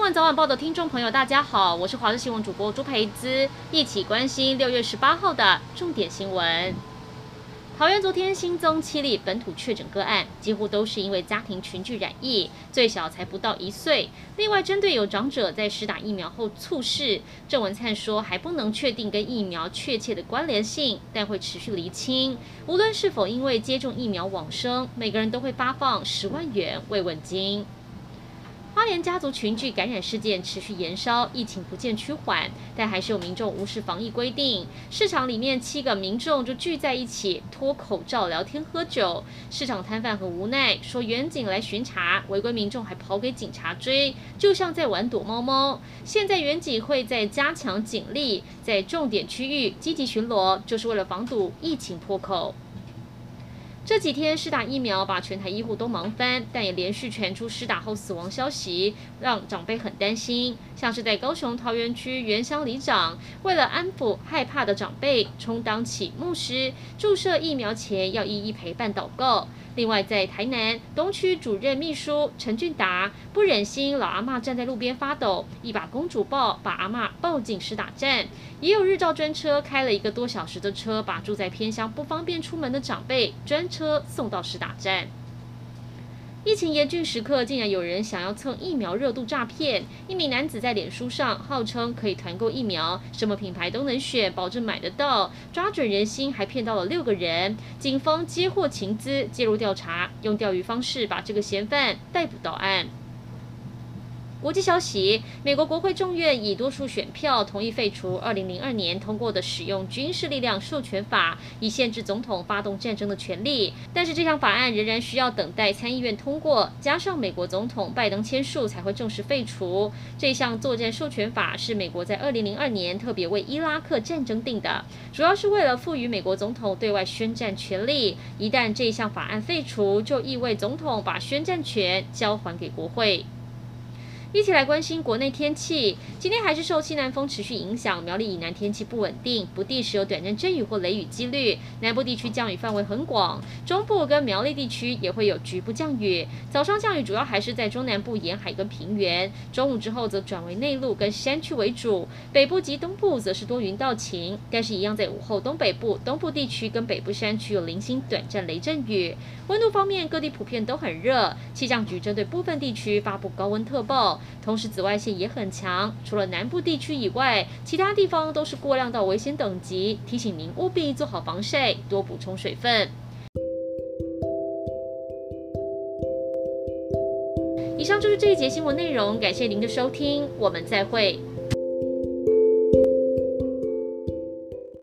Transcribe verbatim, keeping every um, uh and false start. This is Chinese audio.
闻早晚报的听众朋友，大家好，我是华视新闻主播朱培姿，一起关心六月十八号的重点新闻。桃园昨天新增七例本土确诊个案，几乎都是因为家庭群聚染疫，最小才不到一岁。另外，针对有长者在施打疫苗后猝逝，郑文灿说还不能确定跟疫苗确切的关联性，但会持续厘清。无论是否因为接种疫苗往生，每个人都会发放十万元慰问金。花莲家族群聚感染事件持续延烧，疫情不见趋缓，但还是有民众无视防疫规定。市场里面七个民众就聚在一起脱口罩聊天喝酒，市场摊贩很无奈，说远警来巡查，违规民众还跑给警察追，就像在玩躲猫猫。现在远警会在加强警力，在重点区域积极巡逻，就是为了防堵疫情破口。这几天施打疫苗把全台医护都忙翻，但也连续传出施打后死亡消息，让长辈很担心。像是在高雄桃园区原乡里长，为了安抚害怕的长辈，充当起牧师，注射疫苗前要一一陪伴祷告。另外，在台南东区主任秘书陈俊达不忍心老阿嬷站在路边发抖，一把公主抱把阿嬷抱进施打站。也有日照专车开了一个多小时的车，把住在偏乡不方便出门的长辈专车送到施打站。疫情严峻时刻，竟然有人想要蹭疫苗热度诈骗。一名男子在脸书上号称可以团购疫苗，什么品牌都能选，保证买得到，抓准人心，还骗到了六个人。警方接获情资，介入调查，用钓鱼方式把这个嫌犯逮捕到案。国际消息，美国国会众院以多数选票同意废除二零零二年通过的使用军事力量授权法，以限制总统发动战争的权利。但是这项法案仍然需要等待参议院通过，加上美国总统拜登签署才会正式废除。这项作战授权法是美国在二零零二年特别为伊拉克战争定的，主要是为了赋予美国总统对外宣战权利。一旦这项法案废除，就意味总统把宣战权交还给国会。一起来关心国内天气。今天还是受西南风持续影响，苗栗以南天气不稳定，不定时有短暂阵雨或雷雨几率。南部地区降雨范围很广，中部跟苗栗地区也会有局部降雨。早上降雨主要还是在中南部沿海跟平原，中午之后则转为内陆跟山区为主。北部及东部则是多云到晴，但是一样在午后东北部、东部地区跟北部山区有零星短暂雷阵雨。温度方面，各地普遍都很热，气象局针对部分地区发布高温特报。同时紫外线也很强，除了南部地区以外，其他地方都是过量到危险等级，提醒您务必做好防晒，多补充水分。以上就是这一节新闻内容，感谢您的收听，我们再会。